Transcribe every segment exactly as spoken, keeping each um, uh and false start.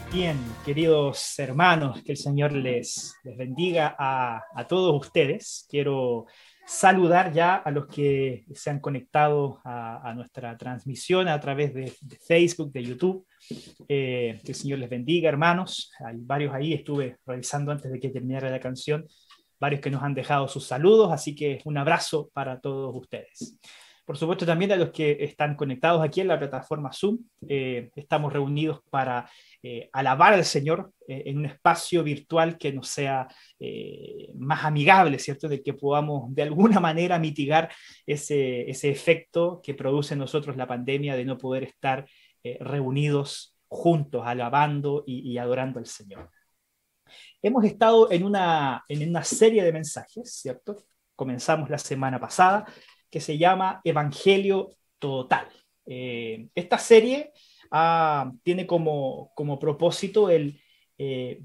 Bien, queridos hermanos, que el Señor les, les bendiga a, a todos ustedes. Quiero saludar ya a los que se han conectado a, a nuestra transmisión a través de, de Facebook, de YouTube. Eh, que el Señor les bendiga, hermanos. Hay varios ahí, estuve revisando antes de que terminara la canción, varios que nos han dejado sus saludos, así que un abrazo para todos ustedes. Por supuesto, también a los que están conectados aquí en la plataforma Zoom. Eh, estamos reunidos para eh, alabar al Señor eh, en un espacio virtual que nos sea eh, más amigable, ¿cierto? De que podamos de alguna manera mitigar ese, ese efecto que produce en nosotros la pandemia de no poder estar eh, reunidos juntos, alabando y, y adorando al Señor. Hemos estado en una, en una serie de mensajes, ¿cierto? Comenzamos la semana pasada, que se llama Evangelio Total. Eh, esta serie ah, tiene como, como propósito el eh,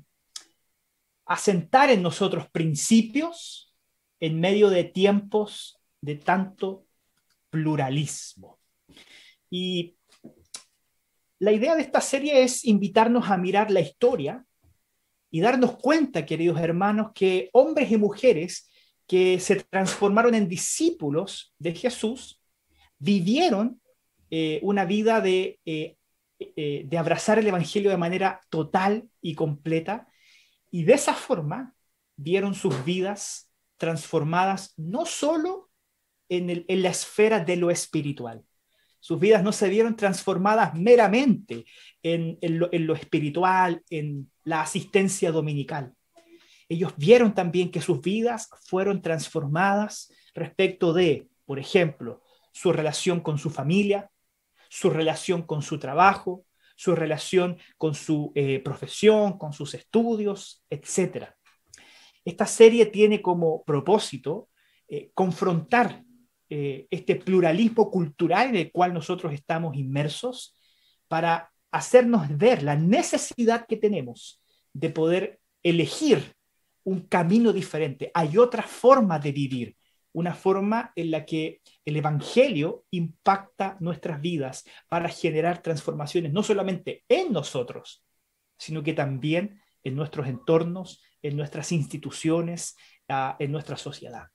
asentar en nosotros principios en medio de tiempos de tanto pluralismo. Y la idea de esta serie es invitarnos a mirar la historia y darnos cuenta, queridos hermanos, que hombres y mujeres que se transformaron en discípulos de Jesús vivieron eh, una vida de, eh, eh, de abrazar el Evangelio de manera total y completa, y de esa forma vieron sus vidas transformadas no solo en, el, en la esfera de lo espiritual. Sus vidas no se vieron transformadas meramente en, en, lo, en lo espiritual, en la asistencia dominical. Ellos vieron también que sus vidas fueron transformadas respecto de, por ejemplo, su relación con su familia, su relación con su trabajo, su relación con su eh, profesión, con sus estudios, etcétera. Esta serie tiene como propósito eh, confrontar eh, este pluralismo cultural en el cual nosotros estamos inmersos para hacernos ver la necesidad que tenemos de poder elegir un camino diferente. Hay otra forma de vivir, una forma en la que el Evangelio impacta nuestras vidas para generar transformaciones, no solamente en nosotros, sino que también en nuestros entornos, en nuestras instituciones, uh, en nuestra sociedad.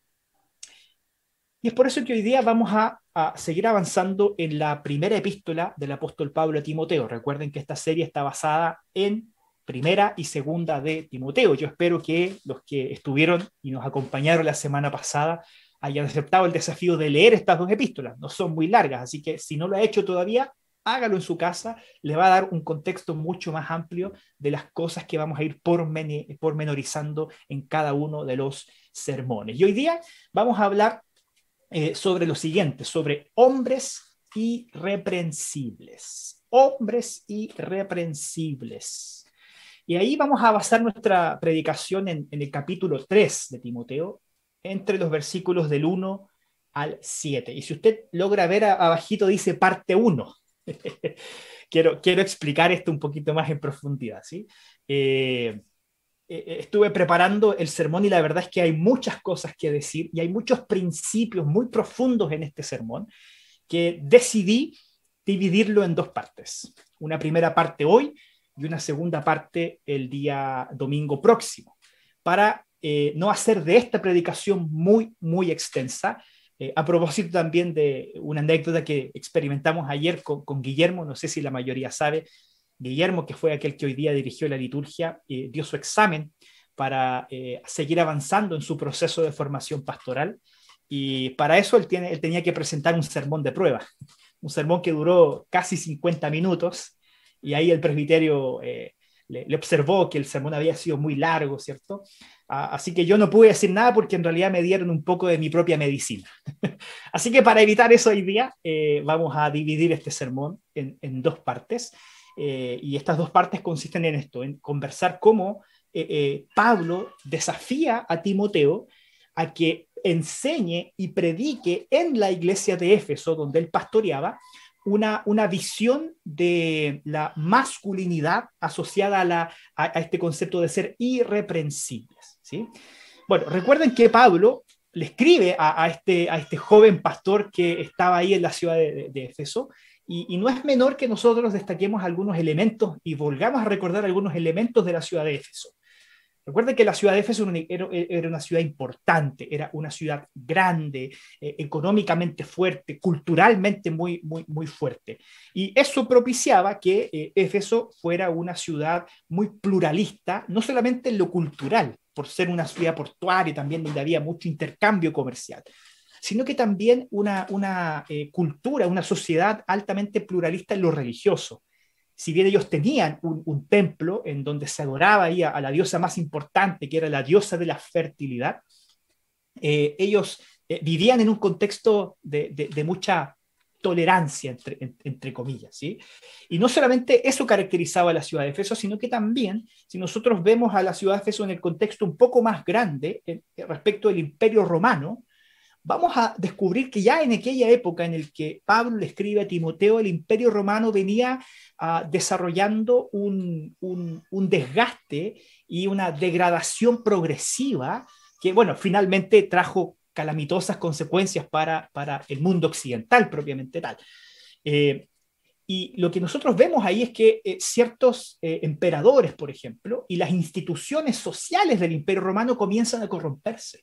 Y es por eso que hoy día vamos a, a seguir avanzando en la primera epístola del apóstol Pablo a Timoteo. Recuerden que esta serie está basada en primera y segunda de Timoteo. Yo espero que los que estuvieron y nos acompañaron la semana pasada hayan aceptado el desafío de leer estas dos epístolas. No son muy largas, así que si no lo ha hecho todavía, hágalo en su casa. Le va a dar un contexto mucho más amplio de las cosas que vamos a ir pormenorizando en cada uno de los sermones. Y hoy día vamos a hablar eh, sobre lo siguiente, sobre hombres irreprensibles. Hombres irreprensibles. Y ahí vamos a basar nuestra predicación en, en el capítulo tres de Timoteo, entre los versículos del uno al siete. Y si usted logra ver abajito, dice parte uno. quiero, quiero explicar esto un poquito más en profundidad, ¿sí? Eh, eh, estuve preparando el sermón y la verdad es que hay muchas cosas que decir y hay muchos principios muy profundos en este sermón que decidí dividirlo en dos partes. Una primera parte hoy y una segunda parte el día domingo próximo, para eh, no hacer de esta predicación muy, muy extensa. Eh, a propósito también de una anécdota que experimentamos ayer con, con Guillermo, no sé si la mayoría sabe, Guillermo, que fue aquel que hoy día dirigió la liturgia, eh, dio su examen para eh, seguir avanzando en su proceso de formación pastoral, y para eso él, tiene, él tenía que presentar un sermón de prueba, un sermón que duró casi cincuenta minutos, y ahí el presbiterio eh, le, le observó que el sermón había sido muy largo, ¿cierto? Ah, así que yo no pude decir nada porque en realidad me dieron un poco de mi propia medicina. Así que para evitar eso hoy día eh, vamos a dividir este sermón en, en dos partes, eh, y estas dos partes consisten en esto, en conversar cómo eh, eh, Pablo desafía a Timoteo a que enseñe y predique en la iglesia de Éfeso, donde él pastoreaba, Una, una visión de la masculinidad asociada a, la, a, a este concepto de ser irreprensibles, ¿sí? Bueno, recuerden que Pablo le escribe a, a, este, a este joven pastor que estaba ahí en la ciudad de, de, de Éfeso, Y, y no es menor que nosotros destaquemos algunos elementos y volvamos a recordar algunos elementos de la ciudad de Éfeso. Recuerden que la ciudad de Éfeso era, era una ciudad importante, era una ciudad grande, eh, económicamente fuerte, culturalmente muy, muy, muy fuerte. Y eso propiciaba que eh, Éfeso fuera una ciudad muy pluralista, no solamente en lo cultural, por ser una ciudad portuaria también donde había mucho intercambio comercial, sino que también una, una eh, cultura, una sociedad altamente pluralista en lo religioso. Si bien ellos tenían un, un templo en donde se adoraba ahí a, a la diosa más importante, que era la diosa de la fertilidad, eh, ellos eh, vivían en un contexto de, de, de mucha tolerancia, entre, en, entre comillas, ¿sí? Y no solamente eso caracterizaba a la ciudad de Éfeso, sino que también, si nosotros vemos a la ciudad de Éfeso en el contexto un poco más grande, eh, respecto del Imperio Romano, vamos a descubrir que ya en aquella época en el que Pablo le escribe a Timoteo, el Imperio Romano venía uh, desarrollando un, un, un desgaste y una degradación progresiva que, bueno, finalmente trajo calamitosas consecuencias para, para el mundo occidental propiamente tal. Eh, y lo que nosotros vemos ahí es que eh, ciertos eh, emperadores, por ejemplo, y las instituciones sociales del Imperio Romano comienzan a corromperse.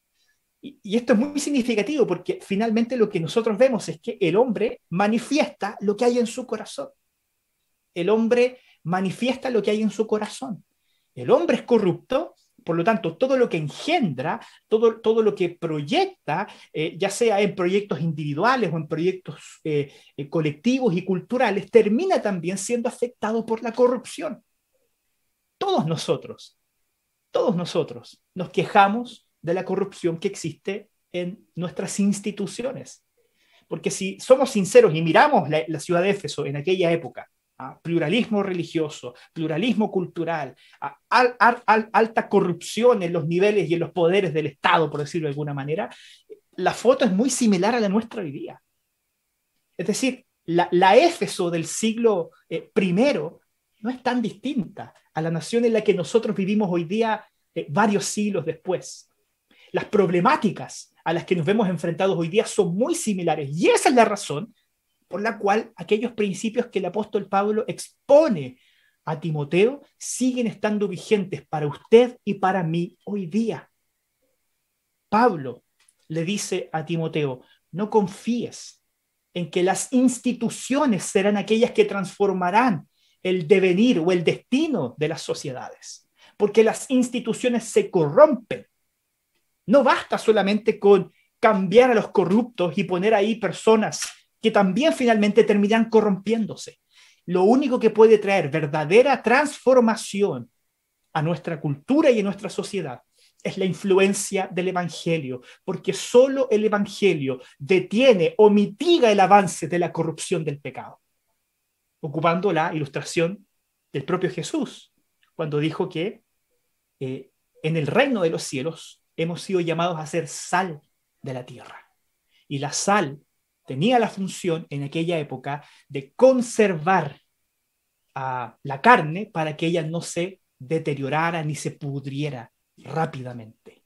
Y esto es muy significativo porque finalmente lo que nosotros vemos es que el hombre manifiesta lo que hay en su corazón. El hombre manifiesta lo que hay en su corazón. El hombre es corrupto, por lo tanto, todo lo que engendra, todo, todo lo que proyecta, eh, ya sea en proyectos individuales o en proyectos eh, eh, colectivos y culturales, termina también siendo afectado por la corrupción. Todos nosotros, todos nosotros nos quejamos de la corrupción que existe en nuestras instituciones. Porque si somos sinceros y miramos la, la ciudad de Éfeso en aquella época, ¿ah? Pluralismo religioso, pluralismo cultural, ¿ah? al, al, al, alta corrupción en los niveles y en los poderes del Estado, por decirlo de alguna manera, la foto es muy similar a la nuestra hoy día. Es decir, la, la Éfeso del siglo eh, primero no es tan distinta a la nación en la que nosotros vivimos hoy día eh, varios siglos después. Las problemáticas a las que nos vemos enfrentados hoy día son muy similares y esa es la razón por la cual aquellos principios que el apóstol Pablo expone a Timoteo siguen estando vigentes para usted y para mí hoy día. Pablo le dice a Timoteo, no confíes en que las instituciones serán aquellas que transformarán el devenir o el destino de las sociedades, porque las instituciones se corrompen. No basta solamente con cambiar a los corruptos y poner ahí personas que también finalmente terminan corrompiéndose. Lo único que puede traer verdadera transformación a nuestra cultura y a nuestra sociedad es la influencia del Evangelio, porque solo el Evangelio detiene o mitiga el avance de la corrupción del pecado. Ocupando la ilustración del propio Jesús, cuando dijo que eh, en el reino de los cielos hemos sido llamados a ser sal de la tierra. Y la sal tenía la función en aquella época de conservar a la carne para que ella no se deteriorara ni se pudriera rápidamente.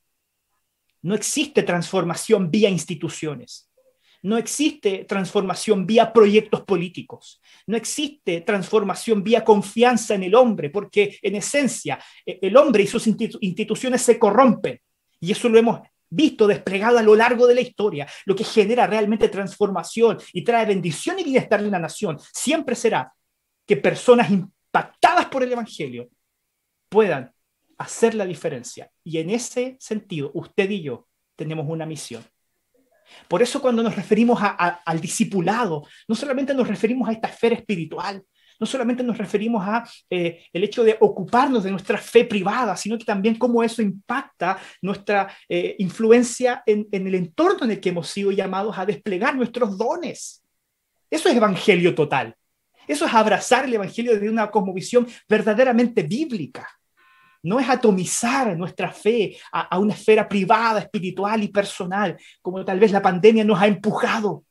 No existe transformación vía instituciones. No existe transformación vía proyectos políticos. No existe transformación vía confianza en el hombre, porque en esencia el hombre y sus institu- instituciones se corrompen. Y eso lo hemos visto desplegado a lo largo de la historia. Lo que genera realmente transformación y trae bendición y bienestar en una nación siempre será que personas impactadas por el Evangelio puedan hacer la diferencia. Y en ese sentido, usted y yo tenemos una misión. Por eso cuando nos referimos a, a, al discipulado, no solamente nos referimos a esta esfera espiritual, no solamente nos referimos a eh, el hecho de ocuparnos de nuestra fe privada, sino que también cómo eso impacta nuestra eh, influencia en, en el entorno en el que hemos sido llamados a desplegar nuestros dones. Eso es evangelio total. Eso es abrazar el evangelio desde una cosmovisión verdaderamente bíblica. No es atomizar nuestra fe a, a una esfera privada, espiritual y personal, como tal vez la pandemia nos ha empujado,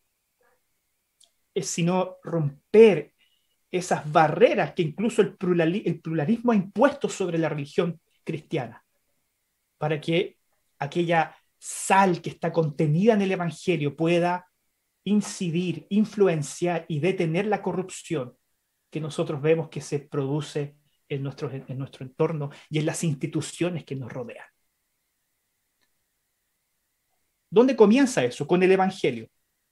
es sino romper esas barreras que incluso el, plurali- el pluralismo ha impuesto sobre la religión cristiana, para que aquella sal que está contenida en el Evangelio pueda incidir, influenciar y detener la corrupción que nosotros vemos que se produce en nuestro, en nuestro entorno y en las instituciones que nos rodean. ¿Dónde comienza eso? Con el Evangelio.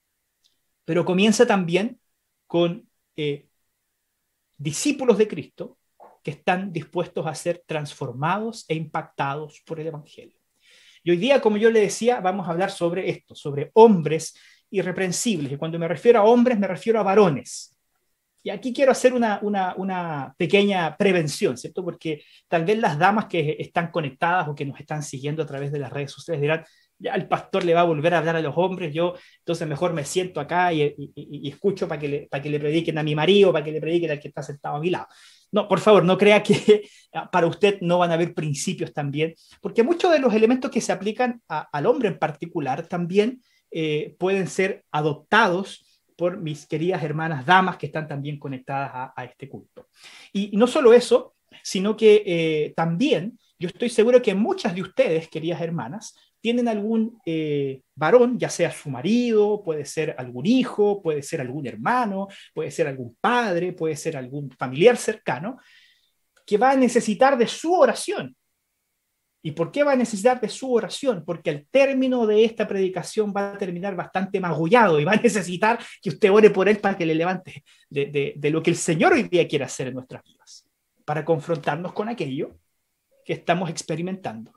Pero comienza también con eh, discípulos de Cristo que están dispuestos a ser transformados e impactados por el Evangelio. Y hoy día, como yo le decía, vamos a hablar sobre esto, sobre hombres irreprensibles. Y cuando me refiero a hombres, me refiero a varones. Y aquí quiero hacer una, una, una pequeña prevención, ¿cierto? Porque tal vez las damas que están conectadas o que nos están siguiendo a través de las redes sociales dirán, ya el pastor le va a volver a hablar a los hombres, yo entonces mejor me siento acá y, y, y, y escucho para que, le, para que le prediquen a mi marido, para que le prediquen al que está sentado a mi lado. No, por favor, no crea que para usted no van a haber principios también, porque muchos de los elementos que se aplican a, al hombre en particular también eh, pueden ser adoptados por mis queridas hermanas damas que están también conectadas a, a este culto. Y, y no solo eso, sino que eh, también yo estoy seguro que muchas de ustedes, queridas hermanas, tienen algún eh, varón, ya sea su marido, puede ser algún hijo, puede ser algún hermano, puede ser algún padre, puede ser algún familiar cercano, que va a necesitar de su oración. ¿Y por qué va a necesitar de su oración? Porque al término de esta predicación va a terminar bastante magullado y va a necesitar que usted ore por él para que le levante de, de, de lo que el Señor hoy día quiere hacer en nuestras vidas, para confrontarnos con aquello que estamos experimentando.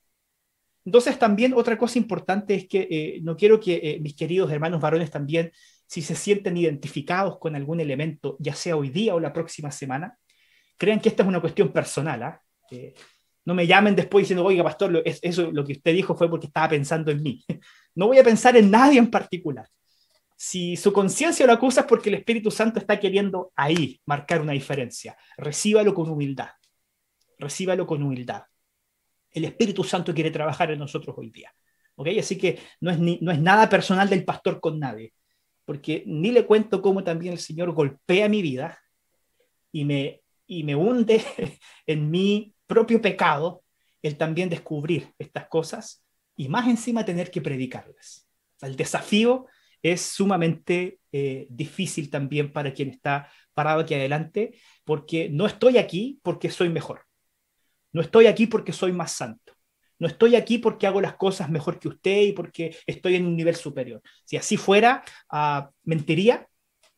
Entonces también otra cosa importante es que eh, no quiero que eh, mis queridos hermanos varones también, si se sienten identificados con algún elemento, ya sea hoy día o la próxima semana, crean que esta es una cuestión personal, ¿ah? ¿eh? No me llamen después diciendo, oiga, pastor, lo, es, eso lo que usted dijo fue porque estaba pensando en mí. No voy a pensar en nadie en particular. Si su conciencia lo acusa es porque el Espíritu Santo está queriendo ahí marcar una diferencia. Recíbalo con humildad. Recíbalo con humildad. El Espíritu Santo quiere trabajar en nosotros hoy día. ¿Okay? Así que no es, ni, no es nada personal del pastor con nadie. Porque ni le cuento cómo también el Señor golpea mi vida y me, y me hunde en mi propio pecado el también descubrir estas cosas y más encima tener que predicarlas. O sea, el desafío es sumamente eh, difícil también para quien está parado aquí adelante, porque no estoy aquí porque soy mejor. No estoy aquí porque soy más santo. No estoy aquí porque hago las cosas mejor que usted y porque estoy en un nivel superior. Si así fuera, uh, mentiría.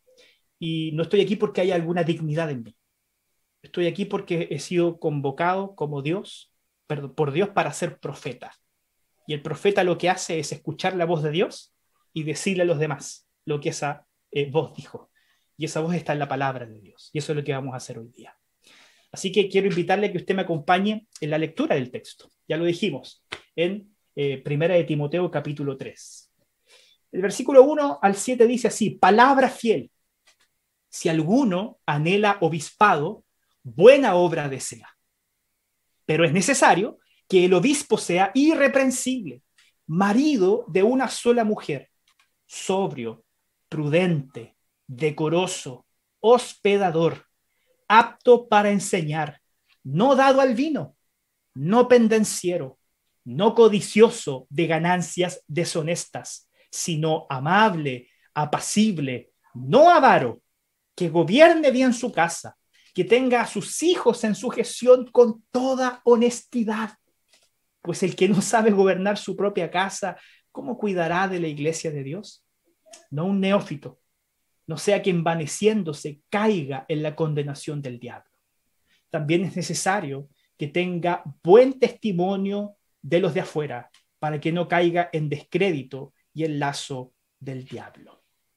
Y no estoy aquí porque haya alguna dignidad en mí. Estoy aquí porque he sido convocado como Dios, perdón, por Dios para ser profeta. Y el profeta lo que hace es escuchar la voz de Dios y decirle a los demás lo que esa eh, voz dijo. Y esa voz está en la palabra de Dios. Y eso es lo que vamos a hacer hoy día. Así que quiero invitarle a que usted me acompañe en la lectura del texto. Ya lo dijimos, en eh, Primera de Timoteo capítulo tres. El versículo uno al siete dice así, palabra fiel. Si alguno anhela obispado, buena obra desea. Pero es necesario que el obispo sea irreprensible, marido de una sola mujer, sobrio, prudente, decoroso, hospedador, apto para enseñar, no dado al vino, no pendenciero, no codicioso de ganancias deshonestas, sino amable, apacible, no avaro, que gobierne bien su casa, que tenga a sus hijos en sujeción con toda honestidad. Pues el que no sabe gobernar su propia casa, ¿cómo cuidará de la iglesia de Dios? No un neófito, no sea que envaneciéndose caiga en la condenación del diablo. También es necesario que tenga buen testimonio de los de afuera, para que no caiga en descrédito y en lazo del diablo.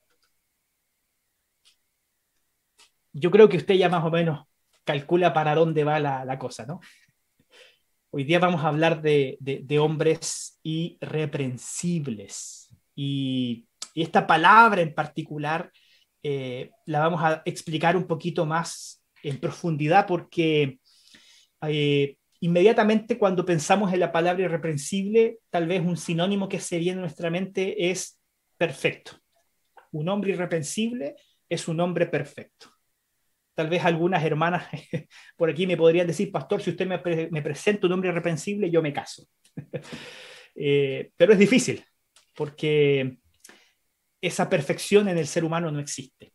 Yo creo que usted ya más o menos calcula para dónde va la, la cosa, ¿no? Hoy día vamos a hablar de, de, de hombres irreprensibles. Y, y esta palabra en particular eh, la vamos a explicar un poquito más en profundidad porque eh, inmediatamente cuando pensamos en la palabra irreprensible, tal vez un sinónimo que se viene a nuestra mente es perfecto. Un hombre irreprensible es un hombre perfecto. Tal vez algunas hermanas por aquí me podrían decir, pastor, si usted me, pre me presenta un hombre irreprensible, yo me caso. eh, pero es difícil, porque esa perfección en el ser humano no existe.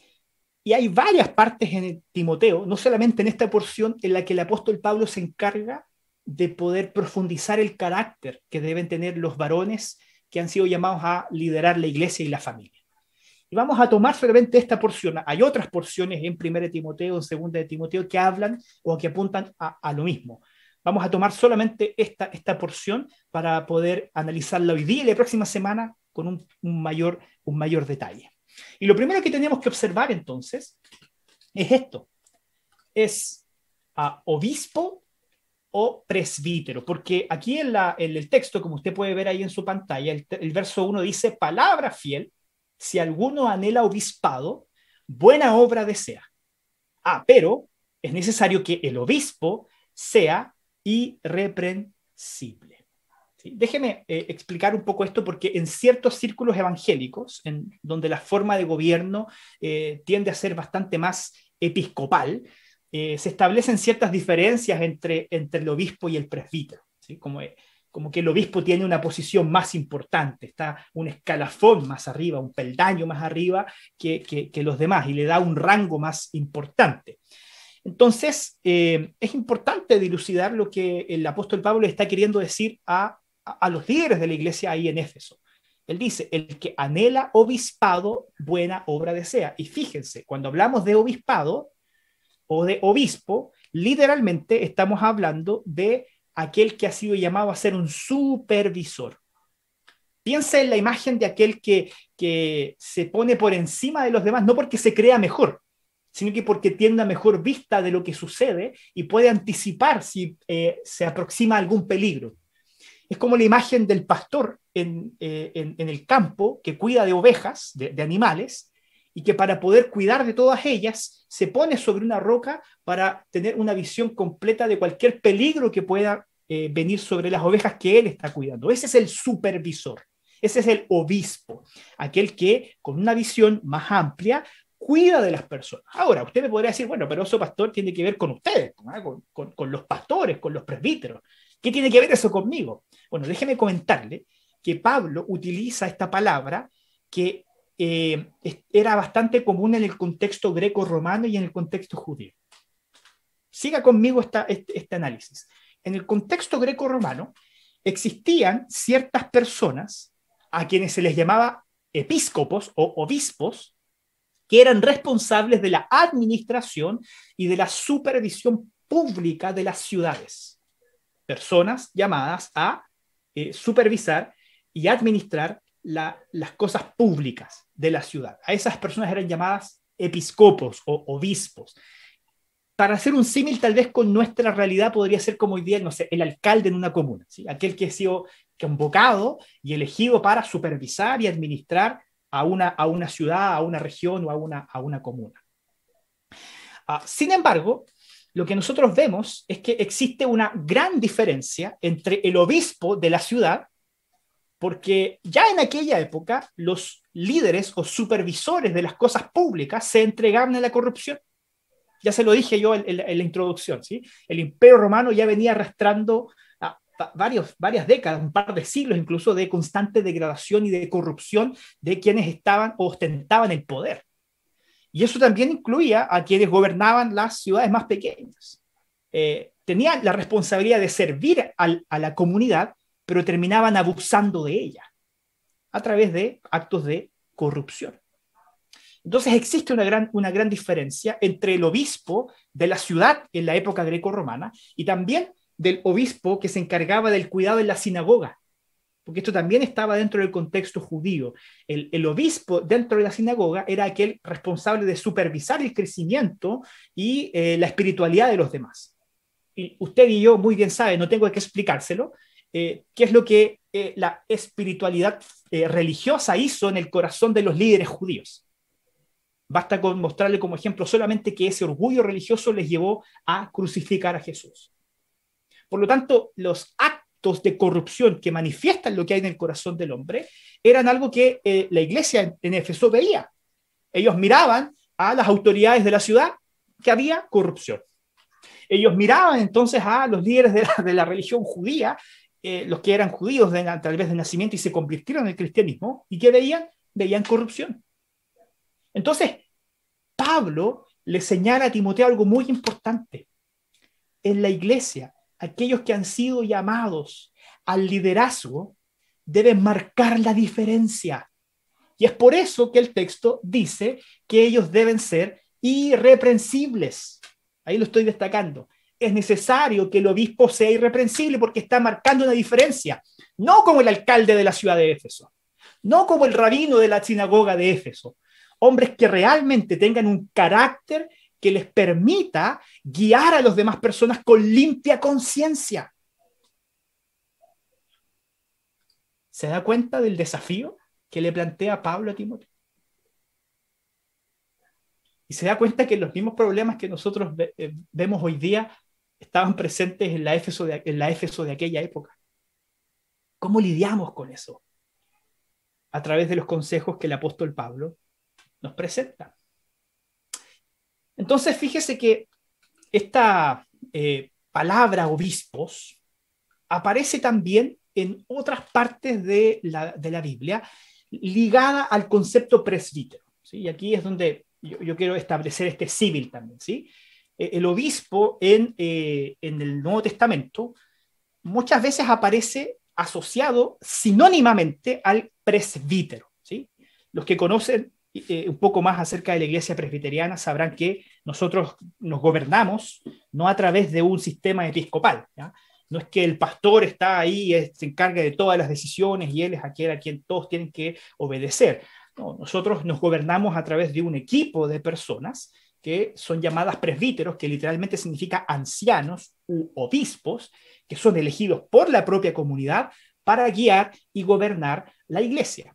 Y hay varias partes en Timoteo, no solamente en esta porción, en la que el apóstol Pablo se encarga de poder profundizar el carácter que deben tener los varones que han sido llamados a liderar la iglesia y la familia. Y vamos a tomar solamente esta porción. Hay otras porciones en primera de Timoteo, en segunda de Timoteo, que hablan o que apuntan a, a lo mismo. Vamos a tomar solamente esta, esta porción para poder analizarla hoy día y la próxima semana con un, un, mayor, un mayor detalle. Y lo primero que tenemos que observar entonces es esto. Es uh, obispo o presbítero, porque aquí en, la, en el texto, como usted puede ver ahí en su pantalla, el, el verso uno dice, palabra fiel, si alguno anhela obispado, buena obra desea. Ah, pero es necesario que el obispo sea irreprensible. ¿Sí? Déjeme eh, explicar un poco esto, porque en ciertos círculos evangélicos, en donde la forma de gobierno eh, tiende a ser bastante más episcopal, eh, se establecen ciertas diferencias entre, entre el obispo y el presbítero, ¿sí? Como, eh, como que el obispo tiene una posición más importante, está un escalafón más arriba, un peldaño más arriba que, que, que los demás, y le da un rango más importante. Entonces, eh, es importante dilucidar lo que el apóstol Pablo está queriendo decir a, a, a los líderes de la iglesia ahí en Éfeso. Él dice, el que anhela obispado, buena obra desea. Y fíjense, cuando hablamos de obispado o de obispo, literalmente estamos hablando de aquel que ha sido llamado a ser un supervisor. Piensa en la imagen de aquel que, que se pone por encima de los demás, no porque se crea mejor, sino que porque tiene una mejor vista de lo que sucede y puede anticipar si eh, se aproxima algún peligro. Es como la imagen del pastor en, eh, en, en el campo que cuida de ovejas, de, de animales, y que para poder cuidar de todas ellas se pone sobre una roca para tener una visión completa de cualquier peligro que pueda eh, venir sobre las ovejas que él está cuidando. Ese es el supervisor, ese es el obispo, aquel que con una visión más amplia cuida de las personas. Ahora, usted me podría decir, bueno, pero eso, pastor, tiene que ver con ustedes, ¿no? con, con, con los pastores, con los presbíteros. ¿Qué tiene que ver eso conmigo? Bueno, déjeme comentarle que Pablo utiliza esta palabra que eh, era bastante común en el contexto greco-romano y en el contexto judío. Siga conmigo esta, este, este análisis. En el contexto greco-romano existían ciertas personas a quienes se les llamaba episcopos o obispos, que eran responsables de la administración y de la supervisión pública de las ciudades. Personas llamadas a eh, supervisar y administrar la, las cosas públicas de la ciudad. A esas personas eran llamadas episcopos o obispos. Para hacer un símil tal vez con nuestra realidad podría ser como hoy día, no sé, el alcalde en una comuna, ¿sí? Aquel que ha sido convocado y elegido para supervisar y administrar a una, a una ciudad, a una región o a una, a una comuna. Uh, sin embargo, lo que nosotros vemos es que existe una gran diferencia entre el obispo de la ciudad, porque ya en aquella época los líderes o supervisores de las cosas públicas se entregaban a la corrupción. Ya se lo dije yo en, en, en la introducción, ¿sí? El Imperio Romano ya venía arrastrando a, a varios, varias décadas, un par de siglos incluso, de constante degradación y de corrupción de quienes estaban o ostentaban el poder. Y eso también incluía a quienes gobernaban las ciudades más pequeñas. Eh, tenían la responsabilidad de servir al, a la comunidad, pero terminaban abusando de ella a través de actos de corrupción. Entonces existe una gran, una gran diferencia entre el obispo de la ciudad en la época greco-romana y también del obispo que se encargaba del cuidado en la sinagoga, porque esto también estaba dentro del contexto judío. El, el obispo dentro de la sinagoga era aquel responsable de supervisar el crecimiento y eh, la espiritualidad de los demás. Y usted y yo muy bien saben, no tengo que explicárselo, eh, qué es lo que eh, la espiritualidad eh, religiosa hizo en el corazón de los líderes judíos. Basta con mostrarle como ejemplo solamente que ese orgullo religioso les llevó a crucificar a Jesús. Por lo tanto, los actos de corrupción que manifiestan lo que hay en el corazón del hombre eran algo que eh, la iglesia en, en Éfeso veía. Ellos miraban a las autoridades de la ciudad que había corrupción. Ellos miraban entonces a los líderes de la, de la religión judía, eh, los que eran judíos de, tal vez de nacimiento y se convirtieron en el cristianismo, y que veían, veían corrupción. Entonces, Pablo le señala a Timoteo algo muy importante. En la iglesia, aquellos que han sido llamados al liderazgo deben marcar la diferencia. Y es por eso que el texto dice que ellos deben ser irreprensibles. Ahí lo estoy destacando. Es necesario que el obispo sea irreprensible porque está marcando una diferencia. No como el alcalde de la ciudad de Éfeso, no como el rabino de la sinagoga de Éfeso. Hombres que realmente tengan un carácter que les permita guiar a las demás personas con limpia conciencia. ¿Se da cuenta del desafío que le plantea Pablo a Timoteo? Y se da cuenta que los mismos problemas que nosotros ve, eh, vemos hoy día estaban presentes en la, Éfeso de, en la Éfeso de aquella época. ¿Cómo lidiamos con eso? A través de los consejos que el apóstol Pablo nos presenta. Entonces, fíjese que esta eh, palabra obispos aparece también en otras partes de la, de la Biblia ligada al concepto presbítero, ¿sí? Y aquí es donde yo, yo quiero establecer este símil también, ¿sí? El obispo en, eh, en el Nuevo Testamento muchas veces aparece asociado sinónimamente al presbítero, ¿sí? Los que conocen eh, un poco más acerca de la iglesia presbiteriana sabrán que nosotros nos gobernamos no a través de un sistema episcopal, ¿ya? No es que el pastor está ahí y se encarga de todas las decisiones y él es aquel a quien todos tienen que obedecer. No, nosotros nos gobernamos a través de un equipo de personas que son llamadas presbíteros, que literalmente significa ancianos u obispos, que son elegidos por la propia comunidad para guiar y gobernar la iglesia.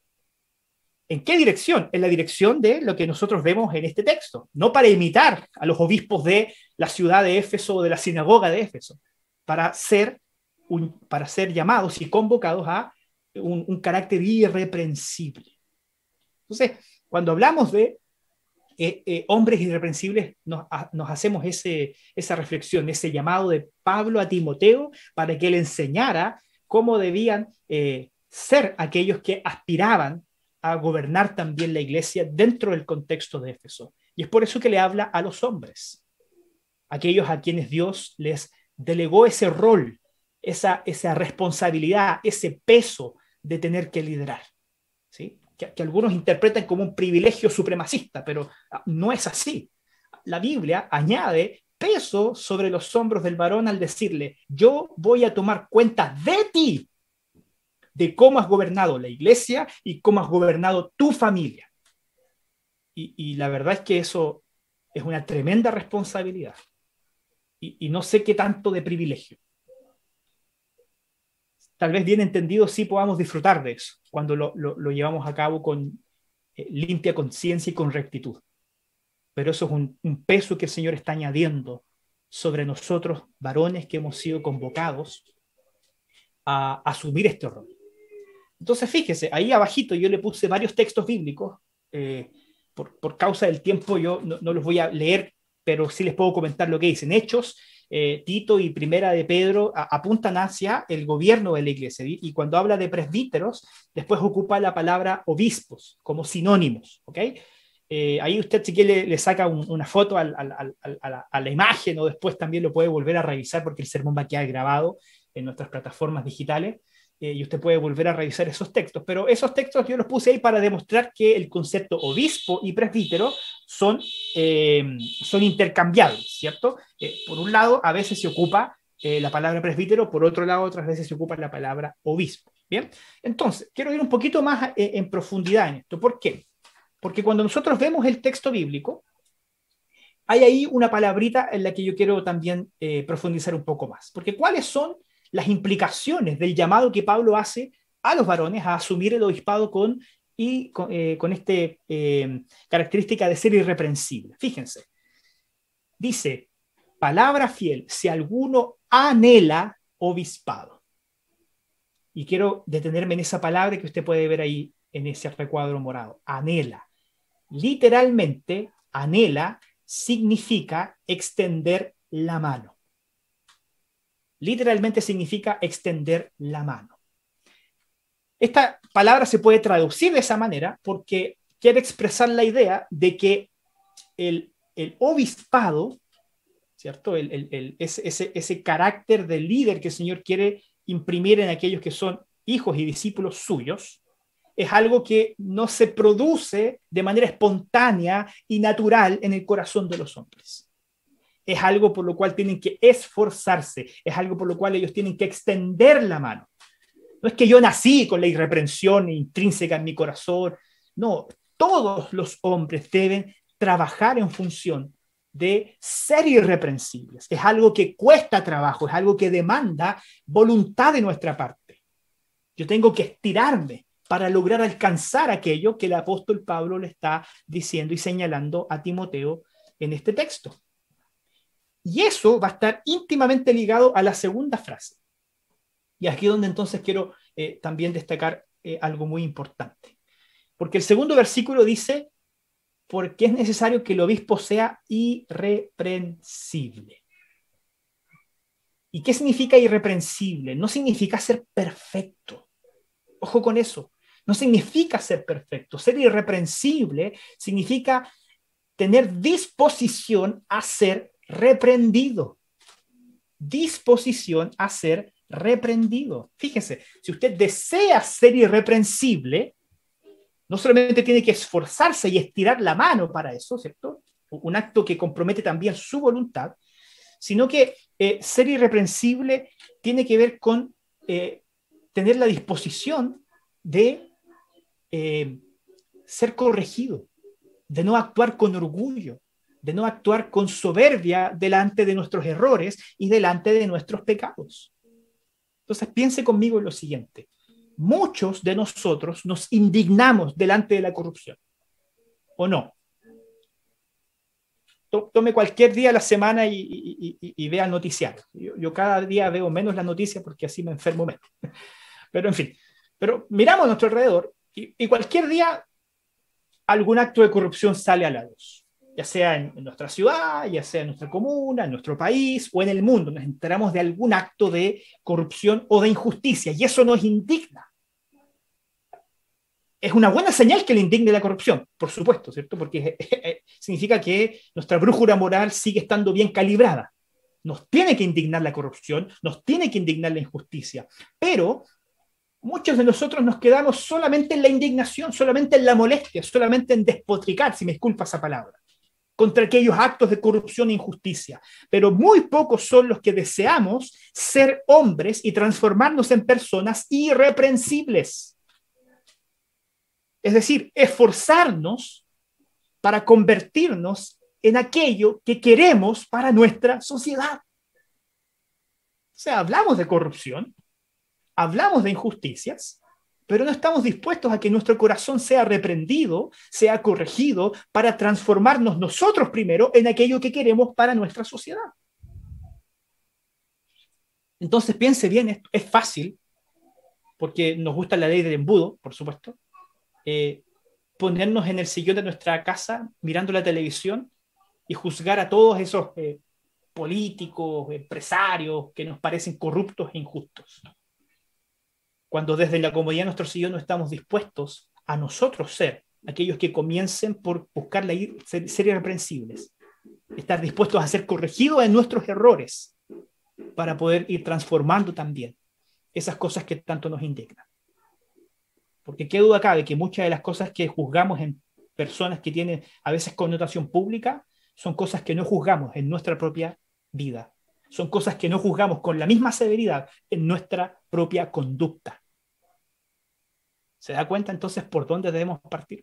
¿En qué dirección? En la dirección de lo que nosotros vemos en este texto, no para imitar a los obispos de la ciudad de Éfeso o de la sinagoga de Éfeso, para ser, un, para ser llamados y convocados a un, un carácter irreprensible. Entonces, cuando hablamos de eh, eh, hombres irreprensibles, nos, a, nos hacemos ese, esa reflexión, ese llamado de Pablo a Timoteo para que él enseñara cómo debían eh, ser aquellos que aspiraban a gobernar también la iglesia dentro del contexto de Éfeso. Y es por eso que le habla a los hombres, aquellos a quienes Dios les delegó ese rol, esa, esa responsabilidad, ese peso de tener que liderar, ¿sí? Que, que algunos interpretan como un privilegio supremacista, pero no es así. La Biblia añade peso sobre los hombros del varón al decirle, yo voy a tomar cuenta de ti, de cómo has gobernado la iglesia y cómo has gobernado tu familia. Y, y la verdad es que eso es una tremenda responsabilidad. Y, y no sé qué tanto de privilegio. Tal vez bien entendido sí podamos disfrutar de eso cuando lo, lo, lo llevamos a cabo con eh, limpia conciencia y con rectitud. Pero eso es un, un peso que el Señor está añadiendo sobre nosotros, varones que hemos sido convocados a, a asumir este rol. Entonces, fíjese, ahí abajito yo le puse varios textos bíblicos. Eh, por, por causa del tiempo yo no, no los voy a leer, pero sí les puedo comentar lo que dicen. Hechos, eh, Tito y Primera de Pedro a, apuntan hacia el gobierno de la iglesia. Y, y cuando habla de presbíteros, después ocupa la palabra obispos como sinónimos. ¿Ok? Eh, ahí usted si quiere le, le saca un, una foto al, al, al, a, la, a la imagen o después también lo puede volver a revisar porque el sermón va a quedar grabado en nuestras plataformas digitales. Eh, y usted puede volver a revisar esos textos, pero esos textos yo los puse ahí para demostrar que el concepto obispo y presbítero son, eh, son intercambiables, ¿cierto? Eh, por un lado, a veces se ocupa eh, la palabra presbítero, por otro lado, otras veces se ocupa la palabra obispo, ¿bien? Entonces, quiero ir un poquito más eh, en profundidad en esto. ¿Por qué? Porque cuando nosotros vemos el texto bíblico, hay ahí una palabrita en la que yo quiero también eh, profundizar un poco más. Porque ¿cuáles son las implicaciones del llamado que Pablo hace a los varones a asumir el obispado con, y, con, eh, con esta eh, característica de ser irreprensible? Fíjense, dice, palabra fiel, si alguno anhela obispado. Y quiero detenerme en esa palabra que usted puede ver ahí en ese recuadro morado, anhela. Literalmente, anhela significa extender la mano. Literalmente significa extender la mano. Esta palabra se puede traducir de esa manera porque quiere expresar la idea de que el, el obispado, ¿cierto? El, el, el, ese, ese, ese carácter de líder que el Señor quiere imprimir en aquellos que son hijos y discípulos suyos, es algo que no se produce de manera espontánea y natural en el corazón de los hombres. Es algo por lo cual tienen que esforzarse, es algo por lo cual ellos tienen que extender la mano. No es que yo nací con la irreprensión intrínseca en mi corazón, no, todos los hombres deben trabajar en función de ser irreprensibles. Es algo que cuesta trabajo, es algo que demanda voluntad de nuestra parte. Yo tengo que estirarme para lograr alcanzar aquello que el apóstol Pablo le está diciendo y señalando a Timoteo en este texto. Y eso va a estar íntimamente ligado a la segunda frase. Y aquí es donde entonces quiero eh, también destacar eh, algo muy importante. Porque el segundo versículo dice, porque es necesario que el obispo sea irreprensible. ¿Y qué significa irreprensible? No significa ser perfecto. Ojo con eso. No significa ser perfecto. Ser irreprensible significa tener disposición a ser reprendido. Disposición a ser reprendido. Fíjese, si usted desea ser irreprensible, no solamente tiene que esforzarse y estirar la mano para eso, ¿cierto? Un acto que compromete también su voluntad, sino que eh, ser irreprensible tiene que ver con eh, tener la disposición de eh, ser corregido, de no actuar con orgullo, de no actuar con soberbia delante de nuestros errores y delante de nuestros pecados. Entonces piense conmigo en lo siguiente. Muchos de nosotros nos indignamos delante de la corrupción, ¿o no? Tome cualquier día de la semana y, y, y, y vea el noticiario. Yo, yo cada día veo menos la noticia porque así me enfermo menos. Pero en fin, pero miramos a nuestro alrededor y, y cualquier día algún acto de corrupción sale a la luz, ya sea en, en nuestra ciudad, ya sea en nuestra comuna, en nuestro país o en el mundo. Nos enteramos de algún acto de corrupción o de injusticia y eso nos indigna. Es una buena señal que le indigne la corrupción, por supuesto, ¿cierto? Porque significa que nuestra brújula moral sigue estando bien calibrada. Nos tiene que indignar la corrupción, nos tiene que indignar la injusticia, pero muchos de nosotros nos quedamos solamente en la indignación, solamente en la molestia, solamente en despotricar, si me disculpa esa palabra, contra aquellos actos de corrupción e injusticia. Pero muy pocos son los que deseamos ser hombres y transformarnos en personas irreprensibles. Es decir, esforzarnos para convertirnos en aquello que queremos para nuestra sociedad. O sea, hablamos de corrupción, hablamos de injusticias, pero no estamos dispuestos a que nuestro corazón sea reprendido, sea corregido, para transformarnos nosotros primero en aquello que queremos para nuestra sociedad. Entonces piense bien, esto es fácil, porque nos gusta la ley del embudo, por supuesto, eh, ponernos en el sillón de nuestra casa mirando la televisión y juzgar a todos esos eh, políticos, empresarios que nos parecen corruptos e injustos. Cuando desde la comodidad de nuestro sillón no estamos dispuestos a nosotros ser aquellos que comiencen por buscar la ir, ser, ser irreprensibles, estar dispuestos a ser corregidos en nuestros errores para poder ir transformando también esas cosas que tanto nos indignan. Porque qué duda cabe que muchas de las cosas que juzgamos en personas que tienen a veces connotación pública son cosas que no juzgamos en nuestra propia vida. Son cosas que no juzgamos con la misma severidad en nuestra propia conducta. ¿Se da cuenta entonces por dónde debemos partir?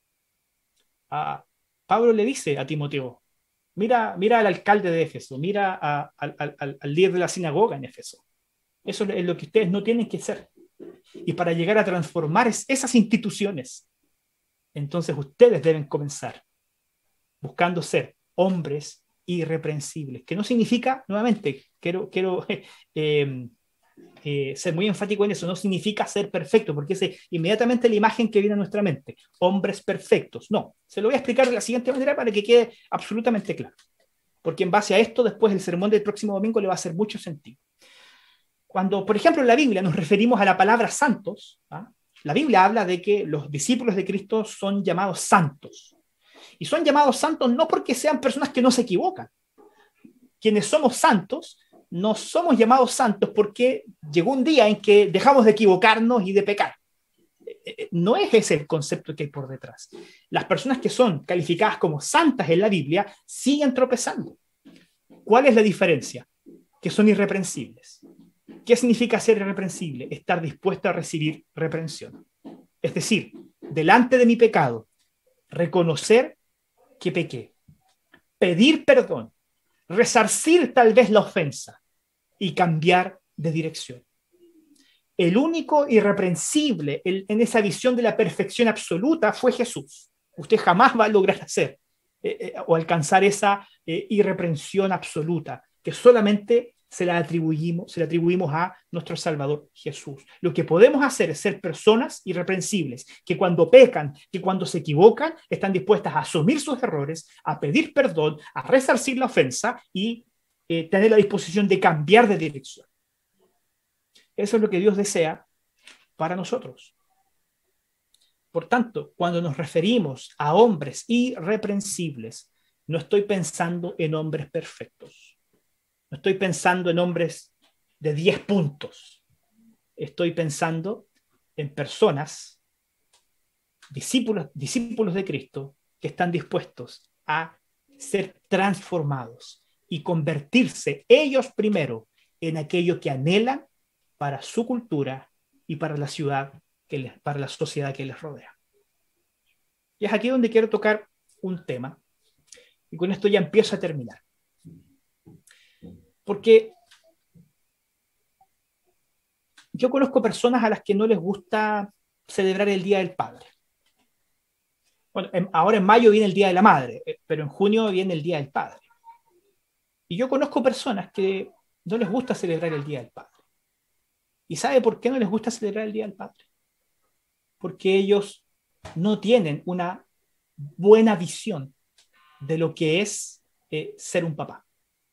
A Pablo le dice a Timoteo, mira, mira al alcalde de Éfeso, mira a, a, a, al líder de la sinagoga en Éfeso. Eso es lo que ustedes no tienen que ser. Y para llegar a transformar esas instituciones, entonces ustedes deben comenzar buscando ser hombres irreprensibles, que no significa, nuevamente, quiero, quiero eh, eh, ser muy enfático en eso, no significa ser perfecto, porque es inmediatamente la imagen que viene a nuestra mente, hombres perfectos. No, se lo voy a explicar de la siguiente manera para que quede absolutamente claro, porque en base a esto, después el sermón del próximo domingo le va a hacer mucho sentido. Cuando, por ejemplo, en la Biblia nos referimos a la palabra santos, ¿ah? la Biblia habla de que los discípulos de Cristo son llamados santos. Y son llamados santos no porque sean personas que no se equivocan. Quienes somos santos, no somos llamados santos porque llegó un día en que dejamos de equivocarnos y de pecar. No es ese el concepto que hay por detrás. Las personas que son calificadas como santas en la Biblia siguen tropezando. ¿Cuál es la diferencia? Que son irreprensibles. ¿Qué significa ser irreprensible? Estar dispuesto a recibir reprensión. Es decir, delante de mi pecado, reconocer que pequé, pedir perdón, resarcir tal vez la ofensa y cambiar de dirección. El único irreprensible en esa visión de la perfección absoluta fue Jesús. Usted jamás va a lograr hacer eh, eh, o alcanzar esa eh, irreprensión absoluta que solamente se la atribuimos, se la atribuimos a nuestro Salvador Jesús. Lo que podemos hacer es ser personas irreprensibles, que cuando pecan, que cuando se equivocan, están dispuestas a asumir sus errores, a pedir perdón, a resarcir la ofensa y eh, tener la disposición de cambiar de dirección. Eso es lo que Dios desea para nosotros. Por tanto, cuando nos referimos a hombres irreprensibles, no estoy pensando en hombres perfectos. No estoy pensando en hombres de diez puntos. Estoy pensando en personas, discípulos, discípulos de Cristo, que están dispuestos a ser transformados y convertirse ellos primero en aquello que anhelan para su cultura y para la ciudad, que les, para la sociedad que les rodea. Y es aquí donde quiero tocar un tema, y con esto ya empiezo a terminar. Porque yo conozco personas a las que no les gusta celebrar el Día del Padre. Bueno, en, ahora en mayo viene el Día de la Madre, pero en junio viene el Día del Padre. Y yo conozco personas que no les gusta celebrar el Día del Padre. ¿Y sabe por qué no les gusta celebrar el Día del Padre? Porque ellos no tienen una buena visión de lo que es eh, ser un papá.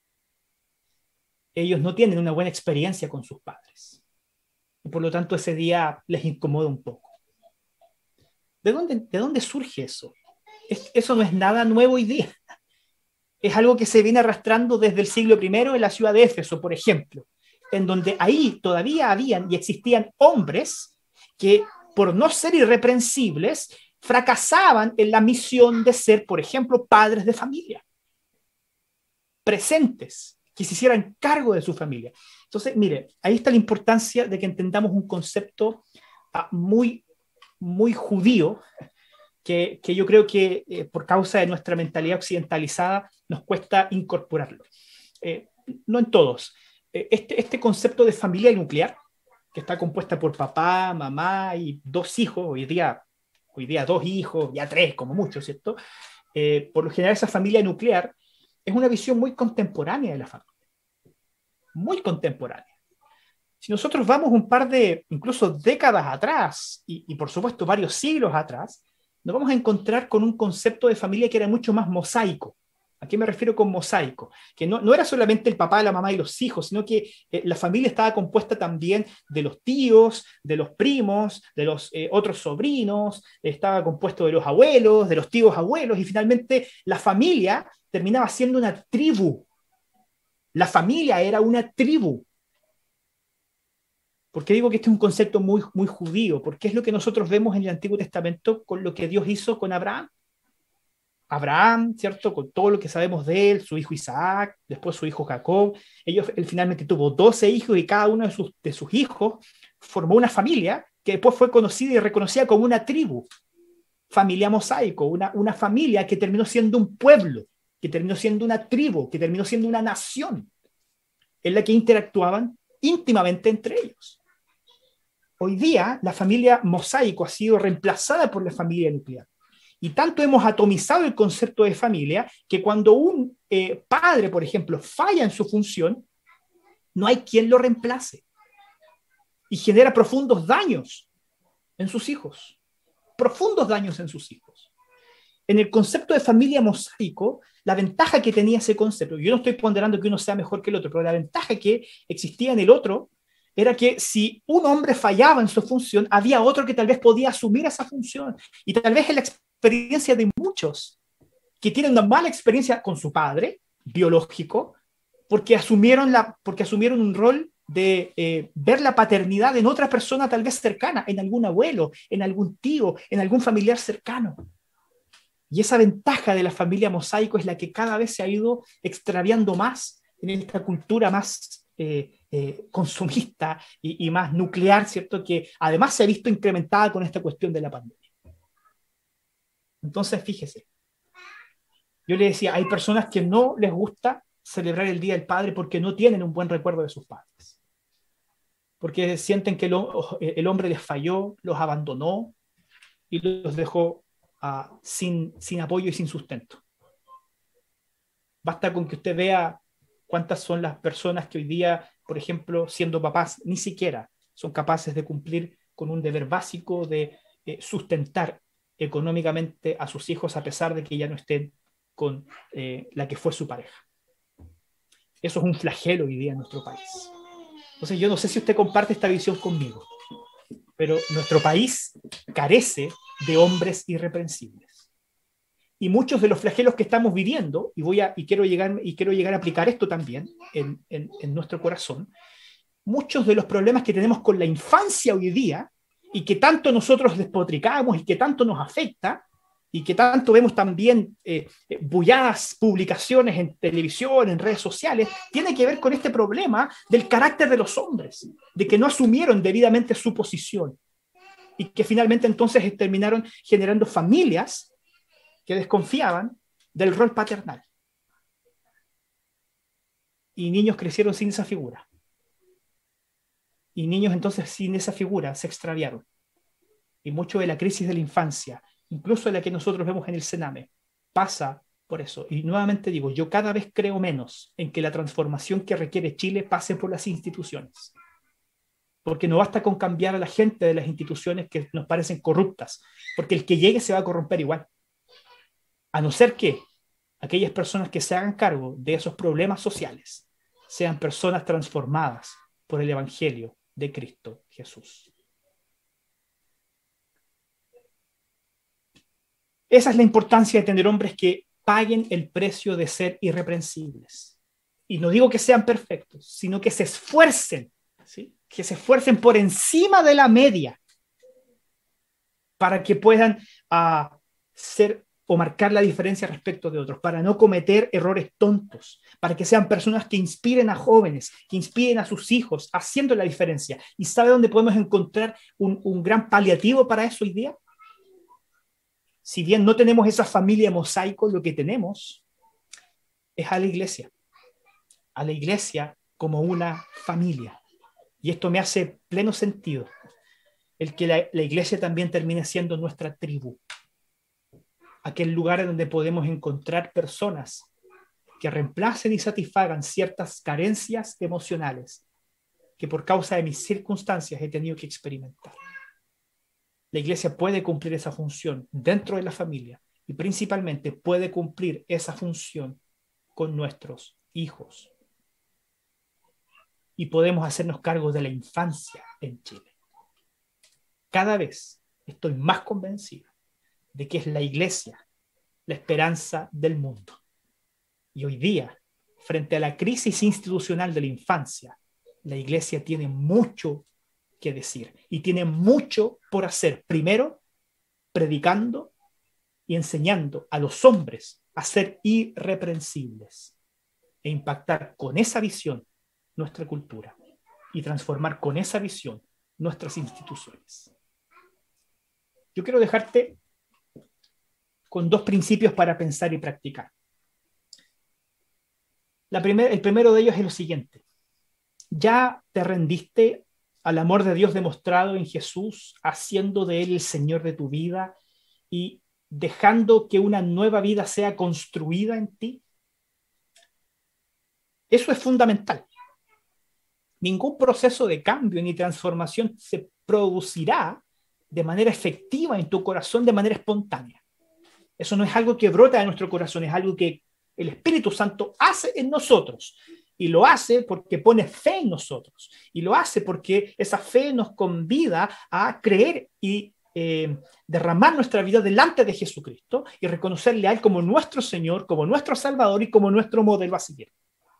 Ellos no tienen una buena experiencia con sus padres. Y por lo tanto ese día les incomoda un poco. ¿De dónde, de dónde surge eso? Es, eso no es nada nuevo hoy día. Es algo que se viene arrastrando desde el siglo primero en la ciudad de Éfeso, por ejemplo, en donde ahí todavía habían y existían hombres que, por no ser irreprensibles, fracasaban en la misión de ser, por ejemplo, padres de familia, presentes, que se hicieran cargo de su familia. Entonces, mire, ahí está la importancia de que entendamos un concepto uh, muy, muy judío, que, que yo creo que eh, por causa de nuestra mentalidad occidentalizada nos cuesta incorporarlo. Eh, no en todos. Este, este concepto de familia nuclear, que está compuesta por papá, mamá y dos hijos, hoy día, hoy día dos hijos, ya tres como mucho, ¿cierto? Eh, por lo general esa familia nuclear es una visión muy contemporánea de la familia, muy contemporánea. Si nosotros vamos un par de, incluso décadas atrás, y, y por supuesto varios siglos atrás, nos vamos a encontrar con un concepto de familia que era mucho más mosaico. ¿A qué me refiero con mosaico? Que no, no era solamente el papá, la mamá y los hijos, sino que eh, la familia estaba compuesta también de los tíos, de los primos, de los eh, otros sobrinos, estaba compuesto de los abuelos, de los tíos abuelos, y finalmente la familia terminaba siendo una tribu. La familia era una tribu. ¿Por qué digo que este es un concepto muy, muy judío? Porque es lo que nosotros vemos en el Antiguo Testamento con lo que Dios hizo con Abraham. Abraham, ¿cierto? Con todo lo que sabemos de él, su hijo Isaac, después su hijo Jacob. Ellos, él finalmente tuvo doce hijos y cada uno de sus, de sus hijos formó una familia que después fue conocida y reconocida como una tribu. Familia mosaico, una, una familia que terminó siendo un pueblo, que terminó siendo una tribu, que terminó siendo una nación en la que interactuaban íntimamente entre ellos. Hoy día la familia mosaico ha sido reemplazada por la familia nuclear. Y tanto hemos atomizado el concepto de familia que cuando un eh, padre, por ejemplo, falla en su función, no hay quien lo reemplace. Y genera profundos daños en sus hijos. Profundos daños en sus hijos. En el concepto de familia mosaico, la ventaja que tenía ese concepto, yo no estoy ponderando que uno sea mejor que el otro, pero la ventaja que existía en el otro era que si un hombre fallaba en su función, había otro que tal vez podía asumir esa función. Y tal vez es la experiencia de muchos que tienen una mala experiencia con su padre biológico, porque asumieron, la, porque asumieron un rol de eh, ver la paternidad en otra persona tal vez cercana, en algún abuelo, en algún tío, en algún familiar cercano. Y esa ventaja de la familia mosaico es la que cada vez se ha ido extraviando más en esta cultura más eh, eh, consumista y, y más nuclear, ¿cierto? Que además se ha visto incrementada con esta cuestión de la pandemia. Entonces, fíjese, yo le decía, hay personas que no les gusta celebrar el Día del Padre porque no tienen un buen recuerdo de sus padres. Porque sienten que el, el hombre les falló, los abandonó y los dejó uh, sin, sin apoyo y sin sustento. Basta con que usted vea cuántas son las personas que hoy día, por ejemplo, siendo papás, ni siquiera son capaces de cumplir con un deber básico de eh, sustentar económicamente a sus hijos a pesar de que ya no estén con eh, la que fue su pareja. Eso es un flagelo hoy día en nuestro país. Entonces yo no sé si usted comparte esta visión conmigo, pero nuestro país carece de hombres irreprensibles. Y muchos de los flagelos que estamos viviendo, y, voy a, y, quiero, llegar, y quiero llegar a aplicar esto también en, en, en nuestro corazón, muchos de los problemas que tenemos con la infancia hoy día, y que tanto nosotros despotricamos y que tanto nos afecta, y que tanto vemos también eh, bulladas publicaciones en televisión, en redes sociales, tiene que ver con este problema del carácter de los hombres, de que no asumieron debidamente su posición, y que finalmente entonces terminaron generando familias que desconfiaban del rol paternal. Y niños crecieron sin esa figura. Y niños entonces sin esa figura se extraviaron. Y mucho de la crisis de la infancia, incluso de la que nosotros vemos en el Sename, pasa por eso. Y nuevamente digo, yo cada vez creo menos en que la transformación que requiere Chile pase por las instituciones. Porque no basta con cambiar a la gente de las instituciones que nos parecen corruptas, porque el que llegue se va a corromper igual. A no ser que aquellas personas que se hagan cargo de esos problemas sociales sean personas transformadas por el Evangelio de Cristo Jesús. Esa es la importancia de tener hombres que paguen el precio de ser irreprensibles. Y no digo que sean perfectos, sino que se esfuercen, ¿sí? Que se esfuercen por encima de la media para que puedan uh, ser o marcar la diferencia respecto de otros, para no cometer errores tontos, para que sean personas que inspiren a jóvenes, que inspiren a sus hijos, haciendo la diferencia. ¿Y sabe dónde podemos encontrar un, un gran paliativo para eso hoy día? Si bien no tenemos esa familia mosaico, lo que tenemos es a la iglesia, a la iglesia como una familia. Y esto me hace pleno sentido, el que la, la iglesia también termine siendo nuestra tribu, aquel lugar en donde podemos encontrar personas que reemplacen y satisfagan ciertas carencias emocionales que por causa de mis circunstancias he tenido que experimentar. La iglesia puede cumplir esa función dentro de la familia y principalmente puede cumplir esa función con nuestros hijos. Y podemos hacernos cargo de la infancia en Chile. Cada vez estoy más convencido de que es la iglesia la esperanza del mundo. Y hoy día, frente a la crisis institucional de la infancia, la iglesia tiene mucho que decir y tiene mucho por hacer. Primero, predicando y enseñando a los hombres a ser irreprensibles e impactar con esa visión nuestra cultura y transformar con esa visión nuestras instituciones. Yo quiero dejarte con dos principios para pensar y practicar. La primer, el primero de ellos es lo siguiente. ¿Ya te rendiste al amor de Dios demostrado en Jesús, haciendo de Él el Señor de tu vida y dejando que una nueva vida sea construida en ti? Eso es fundamental. Ningún proceso de cambio ni transformación se producirá de manera efectiva en tu corazón de manera espontánea. Eso no es algo que brota de nuestro corazón, es algo que el Espíritu Santo hace en nosotros Y lo hace porque pone fe en nosotros. Y lo hace porque esa fe nos convida a creer y eh, derramar nuestra vida delante de Jesucristo y reconocerle a Él como nuestro Señor, como nuestro Salvador y como nuestro modelo a seguir.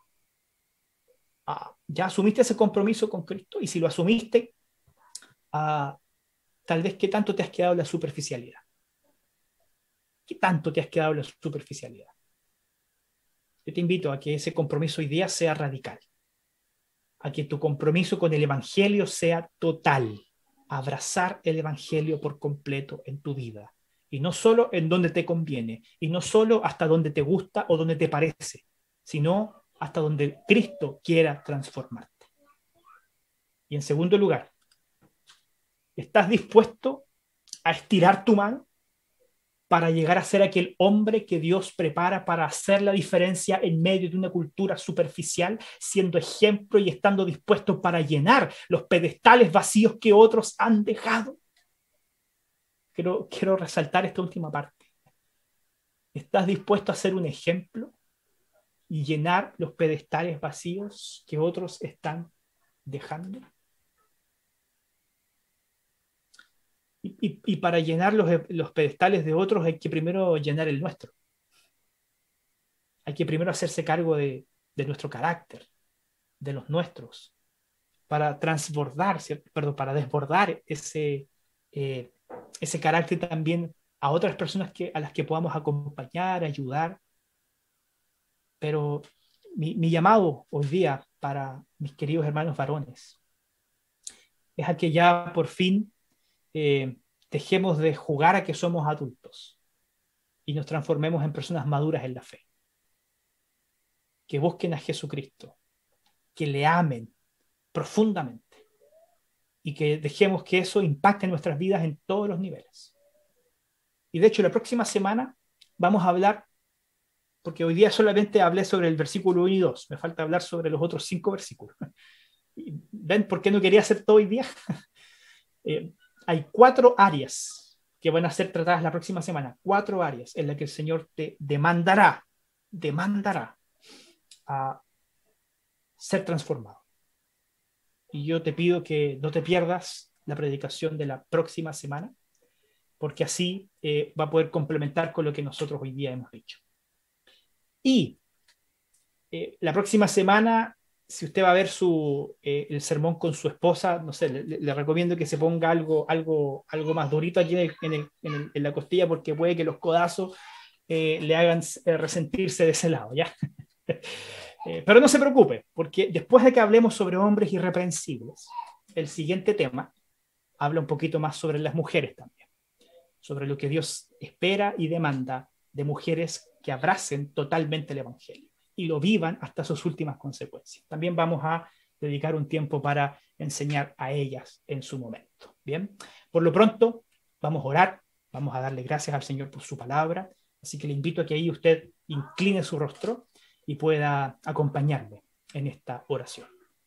Ah, ¿ya asumiste ese compromiso con Cristo? Y si lo asumiste, ah, tal vez, ¿qué tanto te has quedado en la superficialidad? ¿Qué tanto te has quedado en la superficialidad? Yo te invito a que ese compromiso hoy día sea radical, a que tu compromiso con el Evangelio sea total, abrazar el Evangelio por completo en tu vida, y no solo en donde te conviene, y no solo hasta donde te gusta o donde te parece, sino hasta donde Cristo quiera transformarte. Y en segundo lugar, ¿estás dispuesto a estirar tu mano para llegar a ser aquel hombre que Dios prepara para hacer la diferencia en medio de una cultura superficial, siendo ejemplo y estando dispuesto para llenar los pedestales vacíos que otros han dejado? Quiero, quiero resaltar esta última parte. ¿Estás dispuesto a ser un ejemplo y llenar los pedestales vacíos que otros están dejando? Y, y, y para llenar los, los pedestales de otros hay que primero llenar el nuestro. Hay que primero hacerse cargo de, de nuestro carácter, de los nuestros, para transbordar, ¿cierto? Perdón, para desbordar ese, eh, ese carácter también a otras personas que, a las que podamos acompañar, ayudar. Pero mi, mi llamado hoy día para mis queridos hermanos varones es a que ya por fin eh, dejemos de jugar a que somos adultos y nos transformemos en personas maduras en la fe, que busquen a Jesucristo, que le amen profundamente y que dejemos que eso impacte en nuestras vidas en todos los niveles. Y de hecho, la próxima semana vamos a hablar, porque hoy día solamente hablé sobre el versículo uno y dos, me falta hablar sobre los otros cinco versículos. ¿Ven por qué no quería hacer todo hoy día? eh, hay cuatro áreas que van a ser tratadas la próxima semana, cuatro áreas en las que el Señor te demandará, demandará a ser transformado. Y yo te pido que no te pierdas la predicación de la próxima semana, porque así eh, va a poder complementar con lo que nosotros hoy día hemos dicho. Y eh, la próxima semana, si usted va a ver su, eh, el sermón con su esposa, no sé, le, le recomiendo que se ponga algo, algo, algo más durito aquí en, el, en, el, en, el, en la costilla, porque puede que los codazos eh, le hagan eh, resentirse de ese lado, ¿ya? eh, pero no se preocupe, porque después de que hablemos sobre hombres irreprensibles, el siguiente tema habla un poquito más sobre las mujeres también, sobre lo que Dios espera y demanda de mujeres que abracen totalmente el Evangelio y lo vivan hasta sus últimas consecuencias. También vamos a dedicar un tiempo para enseñar a ellas en su momento. Bien, por lo pronto vamos a orar, vamos a darle gracias al Señor por su palabra, así que le invito a que ahí usted incline su rostro y pueda acompañarme en esta oración.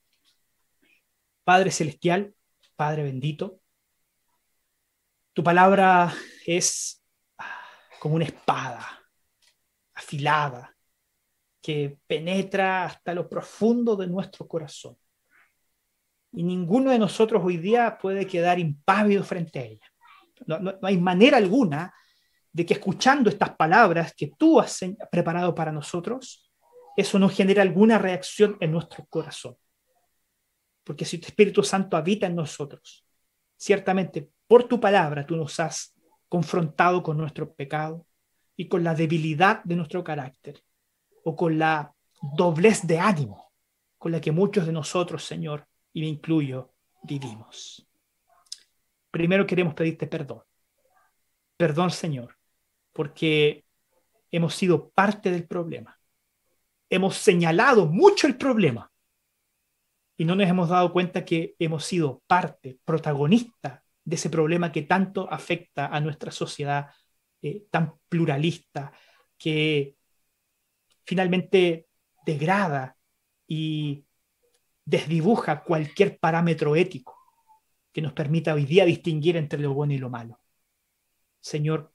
Padre Celestial, Padre bendito, tu palabra es como una espada afilada que penetra hasta lo profundo de nuestro corazón. Y ninguno de nosotros hoy día puede quedar impávido frente a ella. No, no, no hay manera alguna de que escuchando estas palabras que tú has preparado para nosotros, eso no genere alguna reacción en nuestro corazón. Porque si tu Espíritu Santo habita en nosotros, ciertamente por tu palabra tú nos has confrontado con nuestro pecado y con la debilidad de nuestro carácter, o con la doblez de ánimo con la que muchos de nosotros, Señor, y me incluyo, vivimos. Primero queremos pedirte perdón. Perdón, Señor, porque hemos sido parte del problema. Hemos señalado mucho el problema y no nos hemos dado cuenta que hemos sido parte, protagonista de ese problema que tanto afecta a nuestra sociedad eh, tan pluralista, que finalmente degrada y desdibuja cualquier parámetro ético que nos permita hoy día distinguir entre lo bueno y lo malo. Señor,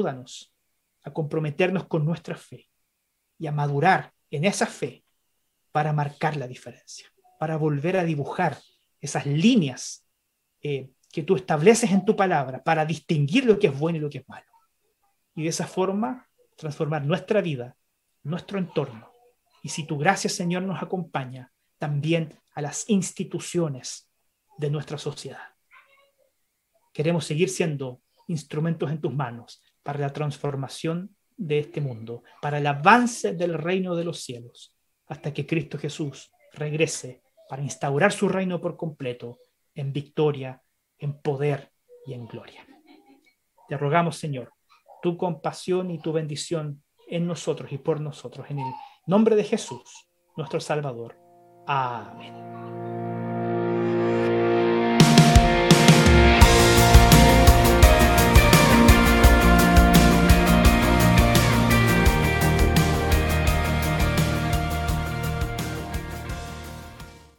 ayúdanos a comprometernos con nuestra fe y a madurar en esa fe para marcar la diferencia, para volver a dibujar esas líneas eh, que tú estableces en tu palabra para distinguir lo que es bueno y lo que es malo. Y de esa forma transformar nuestra vida, nuestro entorno. Y si tu gracia, Señor, nos acompaña, también a las instituciones de nuestra sociedad. Queremos seguir siendo instrumentos en tus manos para la transformación de este mundo, para el avance del reino de los cielos, hasta que Cristo Jesús regrese para instaurar su reino por completo, en victoria, en poder y en gloria. Te rogamos, Señor, tu compasión y tu bendición en nosotros y por nosotros, en el nombre de Jesús, nuestro Salvador. Amén.